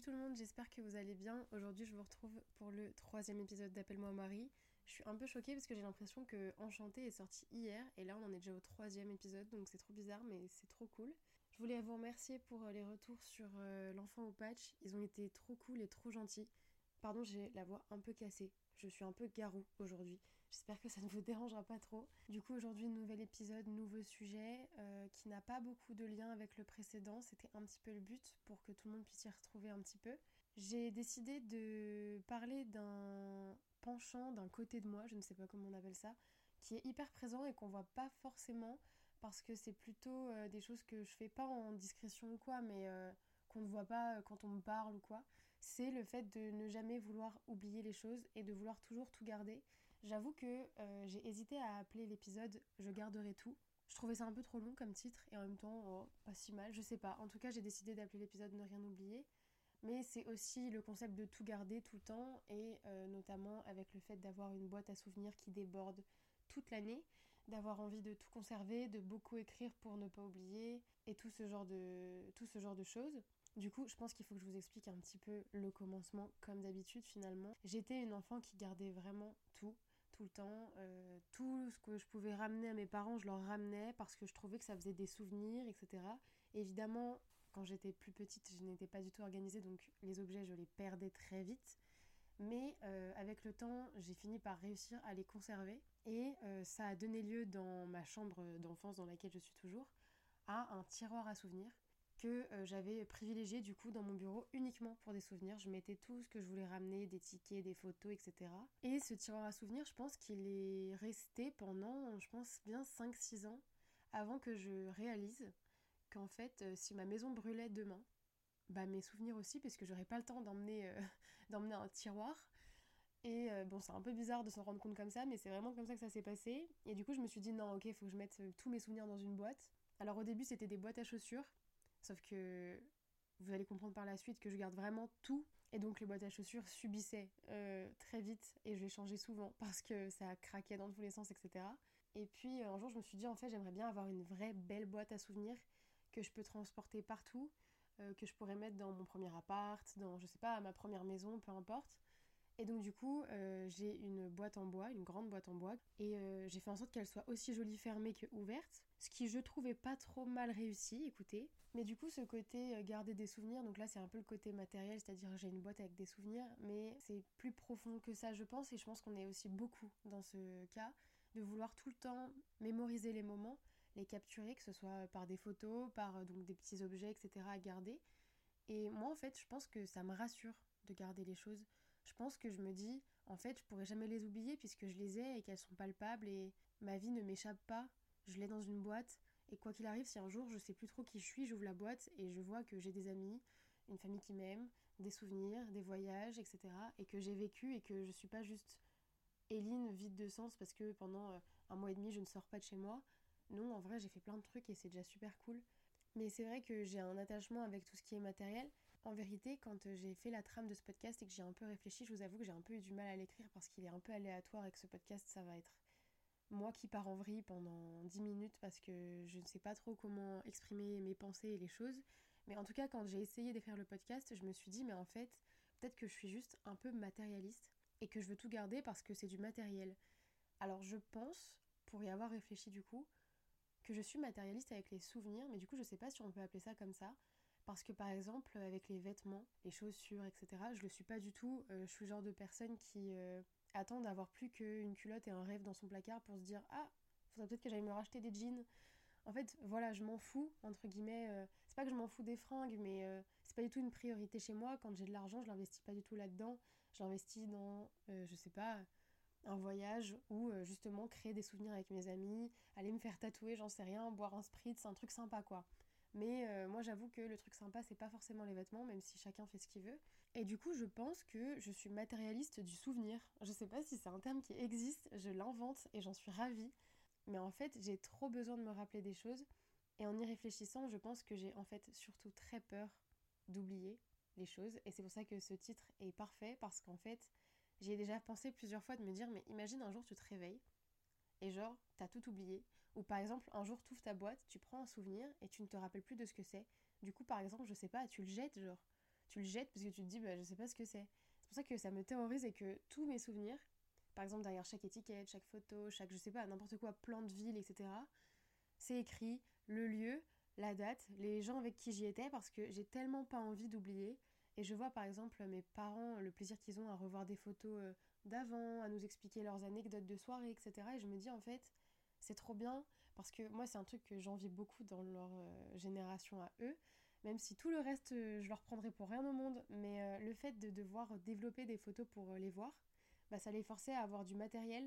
tout le monde, j'espère que vous allez bien. Aujourd'hui je vous retrouve pour le 3e épisode d'Appelle-moi Marie. Je suis un peu choquée parce que j'ai l'impression que Enchantée est sorti hier et là on en est déjà au 3e épisode donc c'est trop bizarre mais c'est trop cool. Je voulais vous remercier pour les retours sur l'enfant au patch, ils ont été trop cool et trop gentils. Pardon, j'ai la voix un peu cassée. Je suis un peu garou aujourd'hui. J'espère que ça ne vous dérangera pas trop. Du coup, aujourd'hui, nouvel épisode, nouveau sujet qui n'a pas beaucoup de lien avec le précédent. C'était un petit peu le but pour que tout le monde puisse y retrouver un petit peu. J'ai décidé de parler d'un penchant, d'un côté de moi, je ne sais pas comment on appelle ça, qui est hyper présent et qu'on voit pas forcément parce que c'est plutôt des choses que je fais pas en discrétion ou quoi, mais qu'on ne voit pas quand on me parle ou quoi. C'est le fait de ne jamais vouloir oublier les choses et de vouloir toujours tout garder. J'avoue que j'ai hésité à appeler l'épisode Je garderai tout. Je trouvais ça un peu trop long comme titre et en même temps, oh, pas si mal, je sais pas. En tout cas, j'ai décidé d'appeler l'épisode Ne rien oublier. Mais c'est aussi le concept de tout garder tout le temps et notamment avec le fait d'avoir une boîte à souvenirs qui déborde toute l'année, d'avoir envie de tout conserver, de beaucoup écrire pour ne pas oublier et tout ce genre de choses. Du coup, je pense qu'il faut que je vous explique un petit peu le commencement, comme d'habitude finalement. J'étais une enfant qui gardait vraiment tout le temps. Tout ce que je pouvais ramener à mes parents, je leur ramenais parce que je trouvais que ça faisait des souvenirs, etc. Évidemment, quand j'étais plus petite, je n'étais pas du tout organisée, donc les objets, je les perdais très vite. Mais avec le temps, j'ai fini par réussir à les conserver. Et ça a donné lieu dans ma chambre d'enfance dans laquelle je suis toujours à un tiroir à souvenirs que j'avais privilégié du coup dans mon bureau uniquement pour des souvenirs. Je mettais tout ce que je voulais ramener, des tickets, des photos, etc. Et ce tiroir à souvenirs, je pense qu'il est resté pendant, je pense, bien 5-6 ans avant que je réalise qu'en fait, si ma maison brûlait demain, bah mes souvenirs aussi, parce que j'aurais pas le temps d'emmener d'emmener un tiroir. Et bon, c'est un peu bizarre de s'en rendre compte comme ça, mais c'est vraiment comme ça que ça s'est passé. Et du coup, je me suis dit, non, ok, faut que je mette tous mes souvenirs dans une boîte. Alors au début, c'était des boîtes à chaussures, sauf que vous allez comprendre par la suite que je garde vraiment tout. Et donc les boîtes à chaussures subissaient très vite, et je les changeais souvent, parce que ça craquait dans tous les sens, etc. Et puis un jour, je me suis dit, en fait, j'aimerais bien avoir une vraie belle boîte à souvenirs que je peux transporter partout, que je pourrais mettre dans mon premier appart, dans, je sais pas, ma première maison, peu importe. Et donc du coup, j'ai une boîte en bois, une grande boîte en bois, et j'ai fait en sorte qu'elle soit aussi jolie fermée que ouverte, ce qui je trouvais pas trop mal réussi, écoutez. Mais du coup, ce côté garder des souvenirs, donc là c'est un peu le côté matériel, c'est-à-dire j'ai une boîte avec des souvenirs, mais c'est plus profond que ça je pense, et je pense qu'on est aussi beaucoup dans ce cas, de vouloir tout le temps mémoriser les moments, les capturer, que ce soit par des photos, par donc des petits objets, etc. à garder. Et moi, en fait, je pense que ça me rassure de garder les choses. Je pense que je me dis, en fait, je pourrais jamais les oublier puisque je les ai et qu'elles sont palpables et ma vie ne m'échappe pas. Je l'ai dans une boîte et quoi qu'il arrive, si un jour je sais plus trop qui je suis, j'ouvre la boîte et je vois que j'ai des amis, une famille qui m'aime, des souvenirs, des voyages, etc. et que j'ai vécu et que je suis pas juste Éline vide de sens parce que pendant un mois et demi je ne sors pas de chez moi. Non, en vrai, j'ai fait plein de trucs et c'est déjà super cool. Mais c'est vrai que j'ai un attachement avec tout ce qui est matériel. En vérité, quand j'ai fait la trame de ce podcast et que j'ai un peu réfléchi, je vous avoue que j'ai un peu eu du mal à l'écrire parce qu'il est un peu aléatoire et que ce podcast, ça va être moi qui pars en vrille pendant 10 minutes parce que je ne sais pas trop comment exprimer mes pensées et les choses. Mais en tout cas, quand j'ai essayé d'écrire le podcast, je me suis dit, mais en fait, peut-être que je suis juste un peu matérialiste et que je veux tout garder parce que c'est du matériel. Alors je pense, pour y avoir réfléchi du coup, que je suis matérialiste avec les souvenirs, mais du coup je sais pas si on peut appeler ça comme ça. Parce que par exemple, avec les vêtements, les chaussures, etc., je le suis pas du tout. Je suis le genre de personne qui attend d'avoir plus qu'une culotte et un rêve dans son placard pour se dire ah, faudrait peut-être que j'aille me racheter des jeans. En fait, voilà, je m'en fous, entre guillemets. C'est pas que je m'en fous des fringues, mais c'est pas du tout une priorité chez moi. Quand j'ai de l'argent, je l'investis pas du tout là-dedans. J'investis dans, je sais pas, un voyage ou justement créer des souvenirs avec mes amis, aller me faire tatouer, j'en sais rien, boire un spritz, un truc sympa quoi. Mais moi j'avoue que le truc sympa c'est pas forcément les vêtements, même si chacun fait ce qu'il veut. Et du coup je pense que je suis matérialiste du souvenir. Je sais pas si c'est un terme qui existe, je l'invente et j'en suis ravie. Mais en fait j'ai trop besoin de me rappeler des choses. Et en y réfléchissant je pense que j'ai en fait surtout très peur d'oublier les choses. Et c'est pour ça que ce titre est parfait parce qu'en fait j'y ai déjà pensé plusieurs fois de me dire, mais imagine un jour tu te réveilles et genre t'as tout oublié. Ou par exemple un jour t'ouvres ta boîte, tu prends un souvenir et tu ne te rappelles plus de ce que c'est. Du coup par exemple je sais pas, tu le jettes genre. tu le jettes parce que tu te dis bah je sais pas ce que c'est. C'est pour ça que ça me terrorise et que tous mes souvenirs, par exemple derrière chaque étiquette, chaque photo, chaque je sais pas, n'importe quoi, plan de ville, etc. C'est écrit le lieu, la date, les gens avec qui j'y étais parce que j'ai tellement pas envie d'oublier. Et je vois par exemple mes parents, le plaisir qu'ils ont à revoir des photos d'avant, à nous expliquer leurs anecdotes de soirée, etc. Et je me dis en fait, c'est trop bien parce que moi c'est un truc que j'envie beaucoup dans leur génération à eux. Même si tout le reste, je leur prendrais pour rien au monde, mais le fait de devoir développer des photos pour les voir, bah, ça les forçait à avoir du matériel.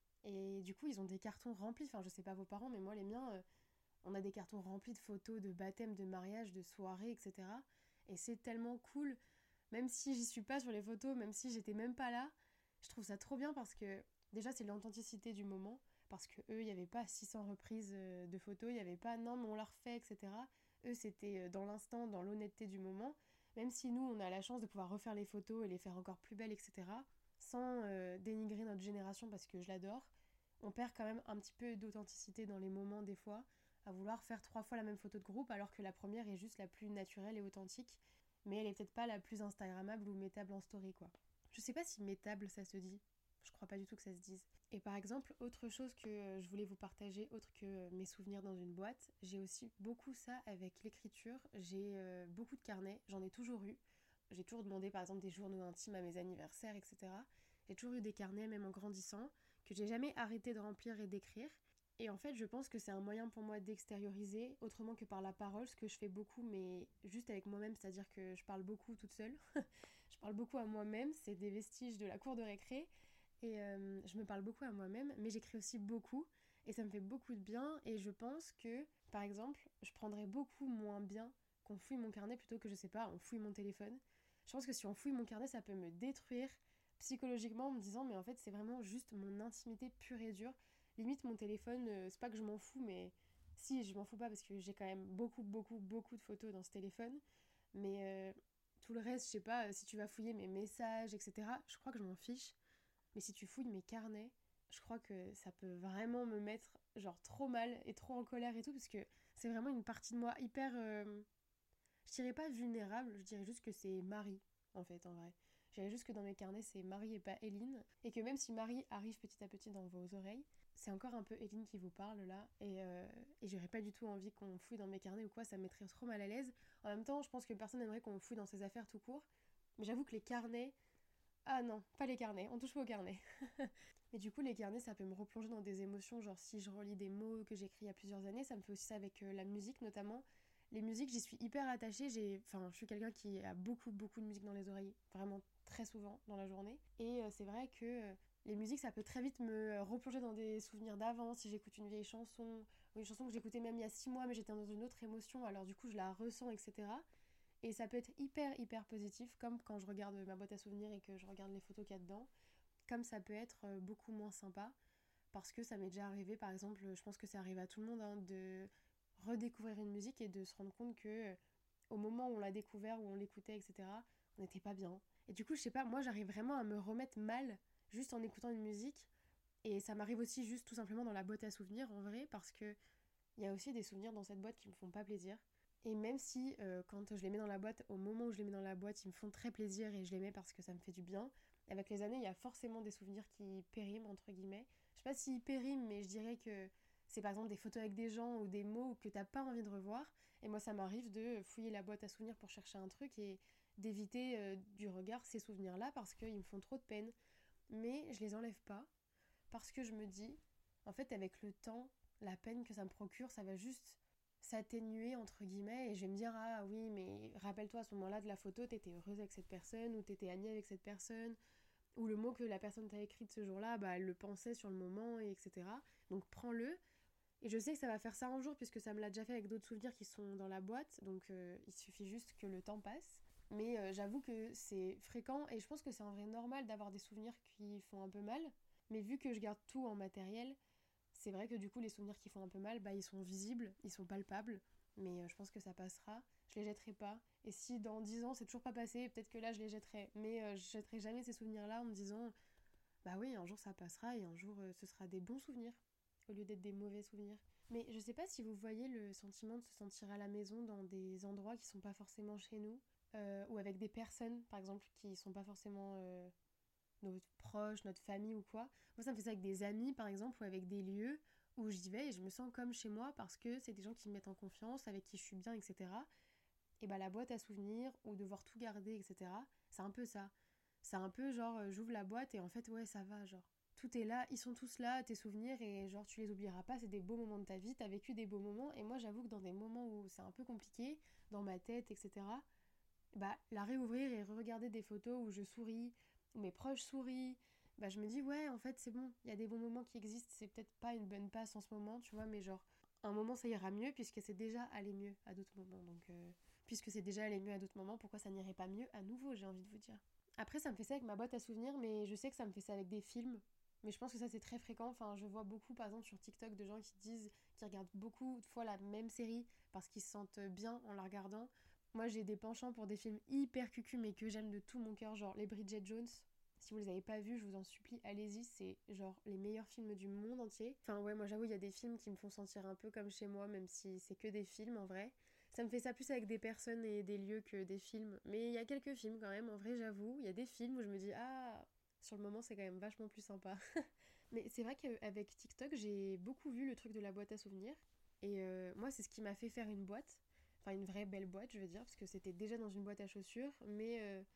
Et du coup, ils ont des cartons remplis. Enfin, je sais pas vos parents, mais moi, les miens, on a des cartons remplis de photos de baptême, de mariage, de soirées, etc. Et c'est tellement cool. Même si j'y suis pas sur les photos, même si j'étais même pas là, je trouve ça trop bien parce que déjà, c'est l'authenticité du moment. Parce que eux, il n'y avait pas 600 reprises de photos, il n'y avait pas non, mais on l'a refait, etc. Eux, c'était dans l'instant, dans l'honnêteté du moment. Même si nous, on a la chance de pouvoir refaire les photos et les faire encore plus belles, etc. Sans dénigrer notre génération parce que je l'adore, on perd quand même un petit peu d'authenticité dans les moments des fois, à vouloir faire 3 fois la même photo de groupe alors que la première est juste la plus naturelle et authentique, mais elle est peut-être pas la plus instagrammable ou mettable en story quoi. Je sais pas si mettable ça se dit, je crois pas du tout que ça se dise. Et par exemple, autre chose que je voulais vous partager, autre que mes souvenirs dans une boîte, j'ai aussi beaucoup ça avec l'écriture, j'ai beaucoup de carnets, j'en ai toujours eu. J'ai toujours demandé par exemple des journaux intimes à mes anniversaires, etc. J'ai toujours eu des carnets, même en grandissant, que j'ai jamais arrêté de remplir et d'écrire. Et en fait, je pense que c'est un moyen pour moi d'extérioriser, autrement que par la parole, ce que je fais beaucoup, mais juste avec moi-même, c'est-à-dire que je parle beaucoup toute seule. Je parle beaucoup à moi-même, c'est des vestiges de la cour de récré. Et je me parle beaucoup à moi-même, mais j'écris aussi beaucoup. Et ça me fait beaucoup de bien. Et je pense que, par exemple, je prendrais beaucoup moins bien qu'on fouille mon carnet plutôt que, je sais pas, on fouille mon téléphone. Je pense que si on fouille mon carnet, ça peut me détruire psychologiquement en me disant, mais en fait, c'est vraiment juste mon intimité pure et dure. Limite, mon téléphone, c'est pas que je m'en fous, mais si, je m'en fous pas parce que j'ai quand même beaucoup, beaucoup, beaucoup de photos dans ce téléphone. Mais tout le reste, je sais pas, si tu vas fouiller mes messages, etc., je crois que je m'en fiche. Mais si tu fouilles mes carnets, je crois que ça peut vraiment me mettre genre trop mal et trop en colère et tout, parce que c'est vraiment une partie de moi hyper, je dirais pas vulnérable, je dirais juste que c'est Marie, en fait, en vrai. Je dirais juste que dans mes carnets, c'est Marie et pas Éline. Et que même si Marie arrive petit à petit dans vos oreilles, c'est encore un peu Éline qui vous parle là. Et j'aurais pas du tout envie qu'on fouille dans mes carnets ou quoi, ça me mettrait trop mal à l'aise. En même temps, je pense que personne n'aimerait qu'on fouille dans ses affaires tout court. Mais j'avoue que les carnets, ah non, pas les carnets, on touche pas aux carnets. Mais du coup, les carnets, ça peut me replonger dans des émotions, genre si je relis des mots que j'ai écrits il y a plusieurs années, ça me fait aussi ça avec la musique notamment. Les musiques, j'y suis hyper attachée, je suis quelqu'un qui a beaucoup, beaucoup de musique dans les oreilles, vraiment très souvent dans la journée. Et c'est vrai que les musiques, ça peut très vite me replonger dans des souvenirs d'avant, si j'écoute une vieille chanson, ou une chanson que j'écoutais même il y a 6 mois, mais j'étais dans une autre émotion, alors du coup, je la ressens, etc. Et ça peut être hyper hyper positif, comme quand je regarde ma boîte à souvenirs et que je regarde les photos qu'il y a dedans, comme ça peut être beaucoup moins sympa, parce que ça m'est déjà arrivé, par exemple, je pense que ça arrive à tout le monde, hein, de redécouvrir une musique et de se rendre compte que au moment où on l'a découvert, où on l'écoutait, etc., on n'était pas bien. Et du coup, je sais pas, moi j'arrive vraiment à me remettre mal juste en écoutant une musique, et ça m'arrive aussi juste tout simplement dans la boîte à souvenirs en vrai, parce que il y a aussi des souvenirs dans cette boîte qui me font pas plaisir. Et même si quand je les mets dans la boîte, au moment où je les mets dans la boîte, ils me font très plaisir et je les mets parce que ça me fait du bien, avec les années, il y a forcément des souvenirs qui périment, entre guillemets. Je sais pas s'ils périment, mais je dirais que c'est par exemple des photos avec des gens ou des mots que t'as pas envie de revoir. Et moi, ça m'arrive de fouiller la boîte à souvenirs pour chercher un truc et d'éviter du regard ces souvenirs-là parce qu'ils me font trop de peine. Mais je les enlève pas parce que je me dis, en fait, avec le temps, la peine que ça me procure, ça va juste s'atténuer entre guillemets et je vais me dire ah oui mais rappelle-toi à ce moment-là de la photo t'étais heureuse avec cette personne ou t'étais amie avec cette personne ou le mot que la personne t'a écrit de ce jour-là bah elle le pensait sur le moment et etc. Donc prends-le et je sais que ça va faire ça un jour puisque ça me l'a déjà fait avec d'autres souvenirs qui sont dans la boîte donc il suffit juste que le temps passe mais j'avoue que c'est fréquent et je pense que c'est en vrai normal d'avoir des souvenirs qui font un peu mal mais vu que je garde tout en matériel c'est vrai que du coup les souvenirs qui font un peu mal, bah ils sont visibles, ils sont palpables, mais je pense que ça passera. Je les jetterai pas. Et si dans 10 ans c'est toujours pas passé, peut-être que là je les jetterai. Mais je jetterai jamais ces souvenirs-là en me disant bah oui un jour ça passera et un jour ce sera des bons souvenirs au lieu d'être des mauvais souvenirs. Mais je sais pas si vous voyez le sentiment de se sentir à la maison dans des endroits qui sont pas forcément chez nous. ou avec des personnes, par exemple, qui sont pas forcément nos proches, notre famille ou quoi. Moi, ça me fait ça avec des amis, par exemple, ou avec des lieux où j'y vais et je me sens comme chez moi parce que c'est des gens qui me mettent en confiance, avec qui je suis bien, etc. Et bah la boîte à souvenirs ou devoir tout garder, etc. C'est un peu ça. C'est un peu genre j'ouvre la boîte et en fait ouais ça va genre. Tout est là, ils sont tous là, tes souvenirs et genre tu les oublieras pas, c'est des beaux moments de ta vie, t'as vécu des beaux moments et moi j'avoue que dans des moments où c'est un peu compliqué, dans ma tête, etc. Bah la réouvrir et regarder des photos où je souris, où mes proches sourient, bah je me dis ouais en fait c'est bon, il y a des bons moments qui existent, c'est peut-être pas une bonne passe en ce moment, tu vois, mais genre un moment ça ira mieux puisque c'est déjà allé mieux à d'autres moments, donc puisque c'est déjà allé mieux à d'autres moments, pourquoi ça n'irait pas mieux à nouveau, j'ai envie de vous dire. Après, ça me fait ça avec ma boîte à souvenirs, mais je sais que ça me fait ça avec des films. Mais je pense que ça, c'est très fréquent. Enfin, je vois beaucoup, par exemple, sur TikTok, de gens qui disent qu'ils regardent beaucoup de fois la même série parce qu'ils se sentent bien en la regardant. Moi, j'ai des penchants pour des films hyper cucu, mais que j'aime de tout mon cœur, genre les Bridget Jones. Si vous les avez pas vus, je vous en supplie, allez-y, c'est genre les meilleurs films du monde entier. Enfin ouais, moi j'avoue, il y a des films qui me font sentir un peu comme chez moi, même si c'est que des films en vrai. Ça me fait ça plus avec des personnes et des lieux que des films. Mais il y a quelques films quand même, en vrai j'avoue. Il y a des films où je me dis, ah, sur le moment c'est quand même vachement plus sympa. Mais c'est vrai qu'avec TikTok, j'ai beaucoup vu le truc de la boîte à souvenirs. Et moi, c'est ce qui m'a fait faire une boîte. Enfin, une vraie belle boîte, je veux dire, parce que c'était déjà dans une boîte à chaussures. Mais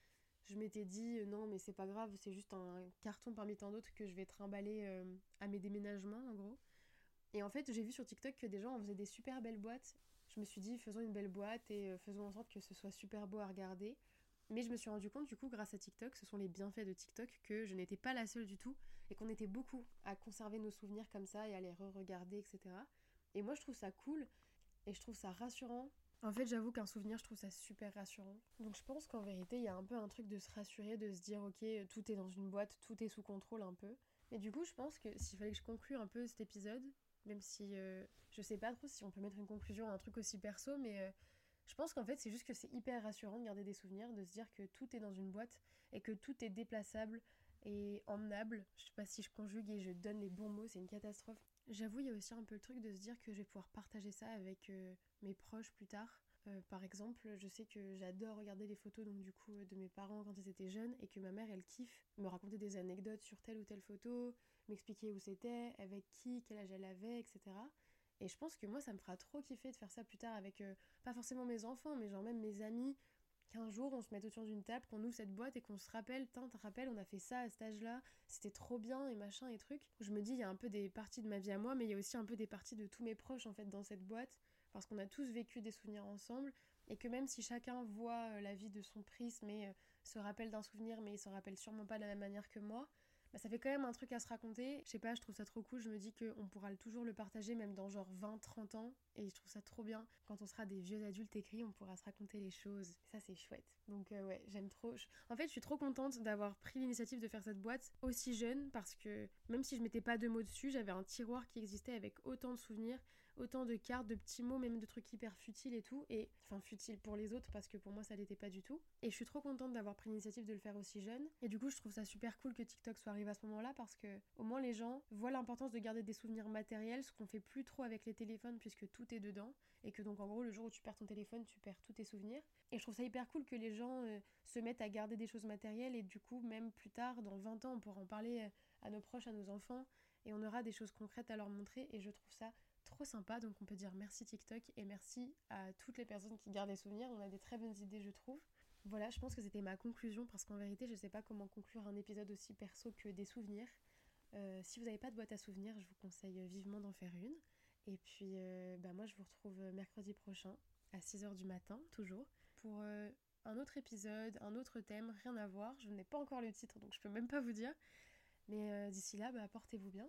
je m'étais dit, non, mais c'est pas grave, c'est juste un carton parmi tant d'autres que je vais trimballer à mes déménagements, en gros. Et en fait, j'ai vu sur TikTok que des gens en faisaient des super belles boîtes. Je me suis dit, faisons une belle boîte et faisons en sorte que ce soit super beau à regarder. Mais je me suis rendu compte, du coup, grâce à TikTok, ce sont les bienfaits de TikTok, que je n'étais pas la seule du tout et qu'on était beaucoup à conserver nos souvenirs comme ça et à les re-regarder, etc. Et moi, je trouve ça cool et je trouve ça rassurant. En fait, j'avoue qu'un souvenir, je trouve ça super rassurant. Donc je pense qu'en vérité, il y a un peu un truc de se rassurer, de se dire, ok, tout est dans une boîte, tout est sous contrôle un peu. Mais du coup, je pense que s'il fallait que je conclue un peu cet épisode, même si je sais pas trop si on peut mettre une conclusion à un truc aussi perso, mais je pense qu'en fait, c'est juste que c'est hyper rassurant de garder des souvenirs, de se dire que tout est dans une boîte et que tout est déplaçable et emmenable. Je sais pas si je conjugue et je donne les bons mots, c'est une catastrophe. J'avoue, il y a aussi un peu le truc de se dire que je vais pouvoir partager ça avec mes proches plus tard. Par exemple, je sais que j'adore regarder les photos donc du coup de mes parents quand ils étaient jeunes et que ma mère elle kiffe me raconter des anecdotes sur telle ou telle photo, m'expliquer où c'était, avec qui, quel âge elle avait, etc. Et je pense que moi ça me fera trop kiffer de faire ça plus tard avec pas forcément mes enfants mais genre même mes amis, qu'un jour on se mette autour d'une table, qu'on ouvre cette boîte et qu'on se rappelle, tu te rappelles, on a fait ça à cet âge-là, c'était trop bien et machin et truc. Je me dis, il y a un peu des parties de ma vie à moi, mais il y a aussi un peu des parties de tous mes proches en fait dans cette boîte, parce qu'on a tous vécu des souvenirs ensemble, et que même si chacun voit la vie de son prisme et se rappelle d'un souvenir, mais il s'en rappelle sûrement pas de la même manière que moi, bah, ça fait quand même un truc à se raconter. Je sais pas, je trouve ça trop cool. Je me dis qu'on pourra toujours le partager même dans genre 20-30 ans. Et je trouve ça trop bien. Quand on sera des vieux adultes écrits, on pourra se raconter les choses. Ça, c'est chouette. Donc ouais, j'aime trop. En fait, je suis trop contente d'avoir pris l'initiative de faire cette boîte aussi jeune parce que même si je mettais pas de mots dessus, j'avais un tiroir qui existait avec autant de souvenirs, autant de cartes, de petits mots, même de trucs hyper futiles et tout. Et enfin, futiles pour les autres parce que pour moi, ça l'était pas du tout. Et je suis trop contente d'avoir pris l'initiative de le faire aussi jeune. Et du coup, je trouve ça super cool que TikTok soit arrivé à ce moment-là parce que au moins les gens voient l'importance de garder des souvenirs matériels, ce qu'on fait plus trop avec les téléphones puisque tout est dedans. Et que donc en gros, le jour où tu perds ton téléphone, tu perds tous tes souvenirs. Et je trouve ça hyper cool que les gens se mettent à garder des choses matérielles et du coup, même plus tard, dans 20 ans, on pourra en parler à nos proches, à nos enfants et on aura des choses concrètes à leur montrer. Et je trouve ça trop sympa, donc on peut dire merci TikTok et merci à toutes les personnes qui gardent des souvenirs. On a des très bonnes idées, je trouve. Voilà, je pense que c'était ma conclusion parce qu'en vérité, je sais pas comment conclure un épisode aussi perso que des souvenirs. Si vous n'avez pas de boîte à souvenirs, je vous conseille vivement d'en faire une. Et puis, bah moi, je vous retrouve mercredi prochain à 6h du matin, toujours, pour un autre épisode, un autre thème, rien à voir. Je n'ai pas encore le titre, donc je peux même pas vous dire. Mais d'ici là, bah, portez-vous bien.